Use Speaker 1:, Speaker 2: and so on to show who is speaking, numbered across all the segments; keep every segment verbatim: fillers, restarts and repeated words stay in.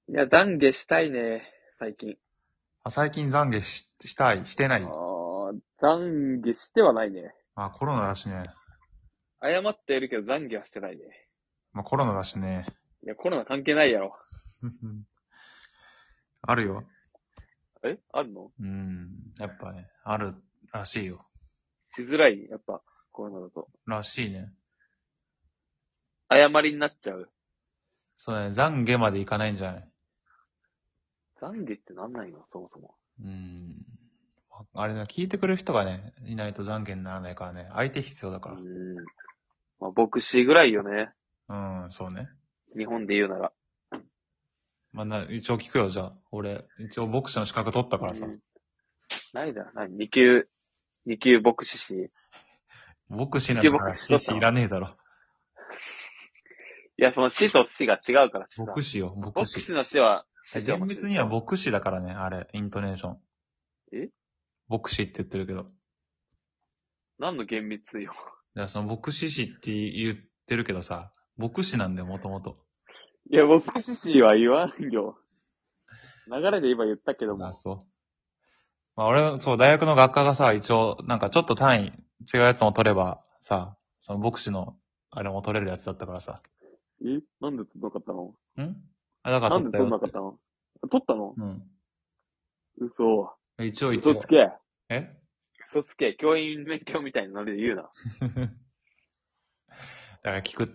Speaker 1: いや、懺悔したいね、最近。
Speaker 2: あ、最近懺悔し、したい、してな
Speaker 1: あ
Speaker 2: い。
Speaker 1: ー、懺悔してはないね。
Speaker 2: まあコロナだしね。
Speaker 1: 謝っているけど懺悔はしてないね。
Speaker 2: まあコロナだしね。
Speaker 1: いや、コロナ関係ないやろ。
Speaker 2: あるよ。
Speaker 1: えあるの？
Speaker 2: うん。やっぱね、あるらしいよ。
Speaker 1: しづらいやっぱ、コロナだと。
Speaker 2: らしいね。
Speaker 1: 謝りになっちゃう。
Speaker 2: そうね、懺悔までいかないんじゃない？
Speaker 1: 懺悔ってなんないのそもそも。
Speaker 2: うん。あれね、聞いてくれる人がね、いないと懺悔にならないからね。相手必要だ
Speaker 1: うー
Speaker 2: か
Speaker 1: ん。まあ、牧師ぐらいよね。
Speaker 2: ら。うん、そうね。
Speaker 1: 日本で言うなら。
Speaker 2: まあな、一応聞くよ、じゃあ。俺、一応牧師の資格取ったからさ。
Speaker 1: うん。ないだろ。な二級、二級牧師士。
Speaker 2: 牧師
Speaker 1: 二級牧
Speaker 2: なんだから、獅子い
Speaker 1: 師取ったの？
Speaker 2: らねえだろ。
Speaker 1: いや、その死と死が違うからさ。
Speaker 2: 牧師よ、牧師。
Speaker 1: 牧師の死は死者
Speaker 2: 厳密には
Speaker 1: の死でしょ？
Speaker 2: 牧師だからね、あれ、イントネーション。
Speaker 1: え
Speaker 2: 牧師って言ってるけど。
Speaker 1: 何の厳密よ。
Speaker 2: いや、その牧師師って言ってるけどさ、牧師なんだよ、もともと。
Speaker 1: いや、牧師士は言わんよ。流れで今言ったけど
Speaker 2: あ、
Speaker 1: も。
Speaker 2: そう。まあ、俺、そう、大学の学科がさ、一応、なんかちょっと単位違うやつも取れば、さ、その牧師の、あれも取れるやつだったからさ。
Speaker 1: えなんで取んなかったの？
Speaker 2: んあ、だから
Speaker 1: なんで取ん
Speaker 2: 取ったよって。
Speaker 1: なかったの？取ったの？
Speaker 2: うん。
Speaker 1: 嘘。
Speaker 2: 一応一応。
Speaker 1: 嘘つけ。
Speaker 2: え
Speaker 1: 嘘つけ。教員免許みたいなノリで言うな。
Speaker 2: だから聞くって。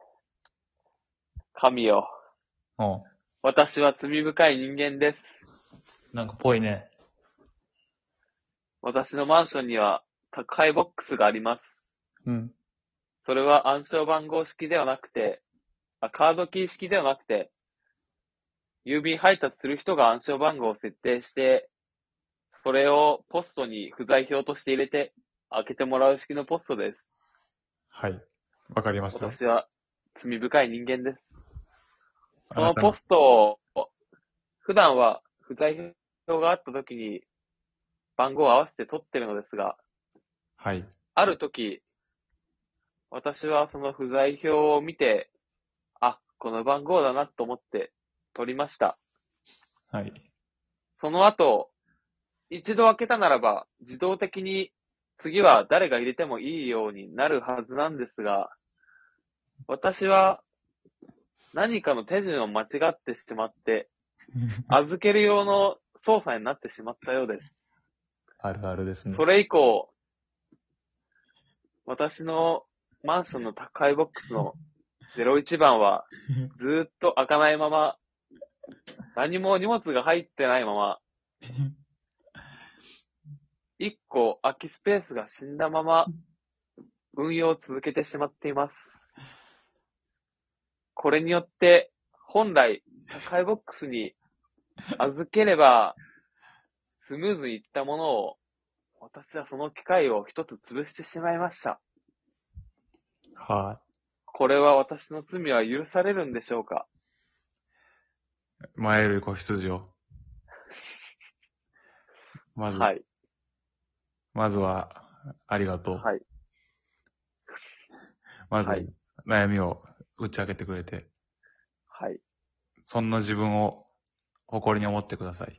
Speaker 1: 神よ。
Speaker 2: うん。
Speaker 1: 私は罪深い人間です。
Speaker 2: なんかぽいね。
Speaker 1: 私のマンションには宅配ボックスがあります。
Speaker 2: うん。
Speaker 1: それは暗証番号式ではなくて、あ、カードキー式ではなくて、郵便配達する人が暗証番号を設定して、それをポストに不在票として入れて、開けてもらう式のポストです。
Speaker 2: はい。わかりますよ。
Speaker 1: 私は罪深い人間です。
Speaker 2: あなたの。
Speaker 1: そのポストを、普段は不在票があった時に番号を合わせて取ってるのですが、
Speaker 2: はい。
Speaker 1: ある時、私はその不在票を見て、あ、この番号だなと思って取りました。
Speaker 2: はい。
Speaker 1: その後、一度開けたならば、自動的に次は誰が入れてもいいようになるはずなんですが、私は何かの手順を間違ってしまって、預ける用の操作になってしまったようです。
Speaker 2: あるあるですね。
Speaker 1: それ以降、私のマンションの宅配ボックスのゼロいちばんはずーっと開かないまま、何も荷物が入ってないまま、いっこ空きスペースが死んだまま運用を続けてしまっています。これによって、本来宅配ボックスに預ければスムーズにいったものを、私はその機会を一つ潰してしまいました。
Speaker 2: は
Speaker 1: これは私の罪は許されるんでしょうか？
Speaker 2: い。前より子羊を。まず、
Speaker 1: はい。
Speaker 2: まずは、ありがとう。
Speaker 1: はい。
Speaker 2: まず、
Speaker 1: はい。
Speaker 2: 悩みを打ち明けてくれて、
Speaker 1: はい。
Speaker 2: そんな自分を誇りに思ってください。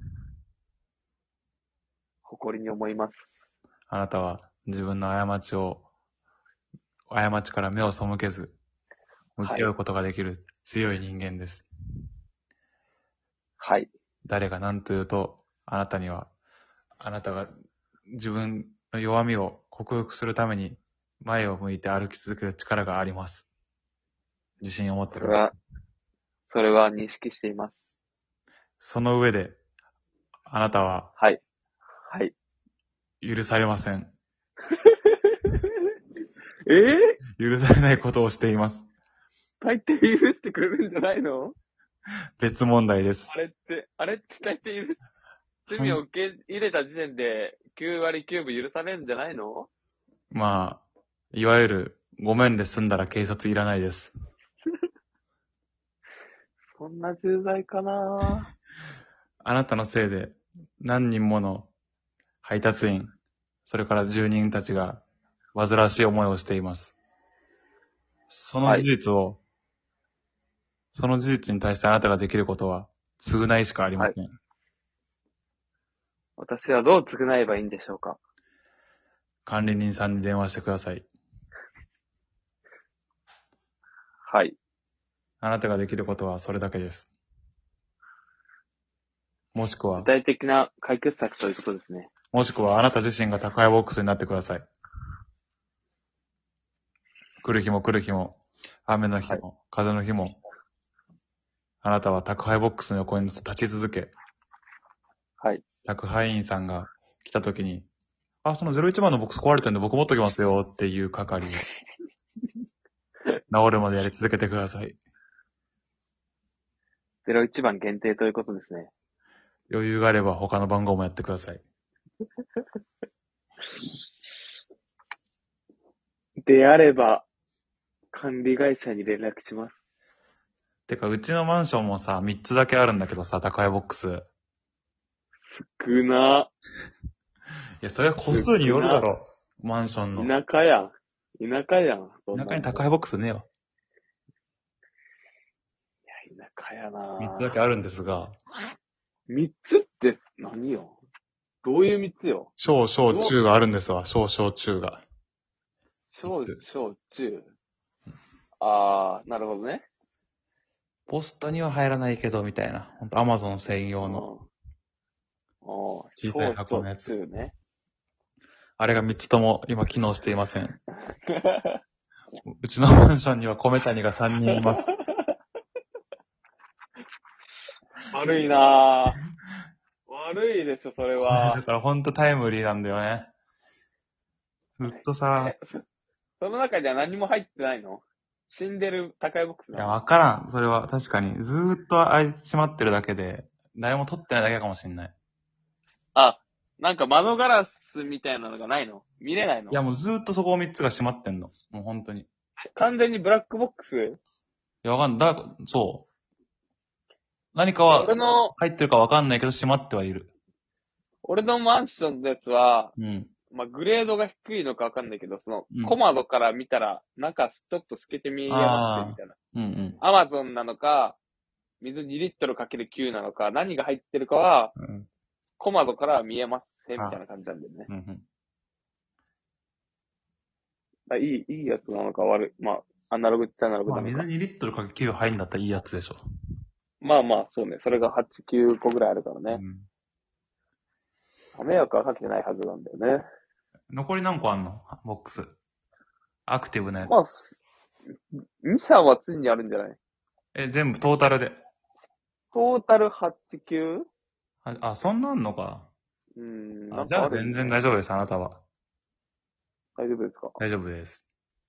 Speaker 1: 誇りに思います。
Speaker 2: あなたは自分の過ちを、過ちから目を背けず、向
Speaker 1: はい。
Speaker 2: き合うことができる強い人間です。
Speaker 1: はい。
Speaker 2: 誰が何と言うと、あなたには、あなたが自分の弱みを克服するために前を向いて歩き続ける力があります。自信を持ってください。
Speaker 1: それは、それは認識しています。
Speaker 2: その上で、あなたは
Speaker 1: はい。はい。
Speaker 2: 許されません。
Speaker 1: ええ
Speaker 2: 許されないことをしています。
Speaker 1: 大抵許してくれるんじゃないの？
Speaker 2: 別問題です。
Speaker 1: あれって、あれって大抵許す、罪を受け入れた時点できゅうわりきゅうぶ許されるんじゃないの？
Speaker 2: まあ、いわゆる、ごめんで済んだら警察いらないです。
Speaker 1: そんな重罪かな？
Speaker 2: あなたのせいで、何人もの配達員、それから住人たちが、煩わしい思いをしています。その事
Speaker 1: はい。
Speaker 2: 実を、 その事実に対してあなたができることは、償いしかありません。
Speaker 1: 私はどう償えばいいんでしょうか。
Speaker 2: 管理人さんに電話してください。
Speaker 1: はい。
Speaker 2: あなたができることはそれだけです。もしくは
Speaker 1: 具、体的な解決策ということですね。
Speaker 2: もしくはあなた自身が宅配ボックスになってください。来る日も来る日も、雨の日も、
Speaker 1: はい
Speaker 2: 風の日も、あなたは宅配ボックスの横に立ち続け、
Speaker 1: はい。
Speaker 2: 宅配員さんが来た時に、あ、そのゼロいちばんのボックス壊れてるんで僕持っときますよっていう係を、治るまでやり続けてください。
Speaker 1: ゼロいちばん限定ということですね。
Speaker 2: 余裕があれば他の番号もやってください。
Speaker 1: であれば、管理会社に連絡します。
Speaker 2: てか、うちのマンションもさ、みっつだけあるんだけどさ、宅配ボックス。
Speaker 1: 少な。
Speaker 2: いや、それは個数によるだろ。マンションの。
Speaker 1: 田舎やん。田舎やん。そんなの
Speaker 2: 中に宅配ボックスねえわ。
Speaker 1: いや、田舎やな
Speaker 2: みっつだけあるんですが、
Speaker 1: 三つって何よ。どういう三つよ。
Speaker 2: 小、小、中があるんですわ。小、小、中が。
Speaker 1: 小
Speaker 2: 三つ、
Speaker 1: 小、中。あー、なるほどね。
Speaker 2: ポストには入らないけど、みたいな。ほんと、アマゾン専用の
Speaker 1: うん。あー
Speaker 2: 小さい箱のやつ
Speaker 1: 小、中ね。
Speaker 2: あれがみっつとも今機能していません。うちのマンションには米谷がさんにんいます。
Speaker 1: 悪いなぁ。悪いでしょ、それ
Speaker 2: だ
Speaker 1: は。
Speaker 2: からほんとタイムリーなんだよね。ずっとさ、
Speaker 1: その中には何も入ってないの？死んでる高いボックス
Speaker 2: いや、
Speaker 1: なの？
Speaker 2: わからん。それは確かに。ずーっと開いてしまってるだけで、誰も取ってないだけかもしんない。
Speaker 1: あ、なんか窓ガラスみたいなのがないの？見れないの？
Speaker 2: いや、もうずーっとそこみっつが閉まってんの。もうほんとに。い
Speaker 1: 完全にブラックボックス？
Speaker 2: や、わかんない。だ、そう。何かは
Speaker 1: 俺の、
Speaker 2: 入ってるかわかんないけど閉まってはいる。
Speaker 1: 俺のマンションのやつは、
Speaker 2: うん。
Speaker 1: まあ、グレードが低いのかわかんないけど、その、
Speaker 2: うん
Speaker 1: コマドから見たら、中ちょっと透けて見えやがってみたいな。
Speaker 2: うんうん。
Speaker 1: アマゾンなのか、水にリットルかけるきゅうなのか、何が入ってるかは、
Speaker 2: うん
Speaker 1: コマドからは見えませんみたいな感じなんだよね。
Speaker 2: うんうん。
Speaker 1: あいい、いいやつなのか悪い。まあ、アナログっちゃアナログ
Speaker 2: まあ、
Speaker 1: なのか。
Speaker 2: 水にリットルかけきゅう入んだったらいいやつでしょ。
Speaker 1: まあまあ、そうね。それがはち、きゅうこぐらいあるからね。
Speaker 2: うん。
Speaker 1: 迷惑はかけてないはずなんだよね。
Speaker 2: 残り何個あんのボックス。アクティブなやつ。
Speaker 1: まあ、に、さんはついにあるんじゃない？
Speaker 2: え、全部トータルで。
Speaker 1: トータルはち、きゅう？
Speaker 2: あ、あそんなんのか。
Speaker 1: うーん、な
Speaker 2: あじゃあ
Speaker 1: んかある
Speaker 2: 全然大丈夫です、あなたは。
Speaker 1: 大丈夫ですか？
Speaker 2: 大丈夫です。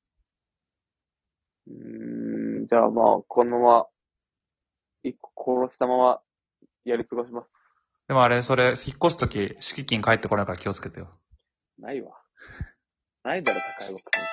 Speaker 1: うーん、じゃあまあ、このまま、一個殺したまま、やり過ごします。
Speaker 2: でもあれ、それ、引っ越すとき、敷金返ってこないから気をつけてよ。
Speaker 1: ないわ。ないだろ、高いボックス。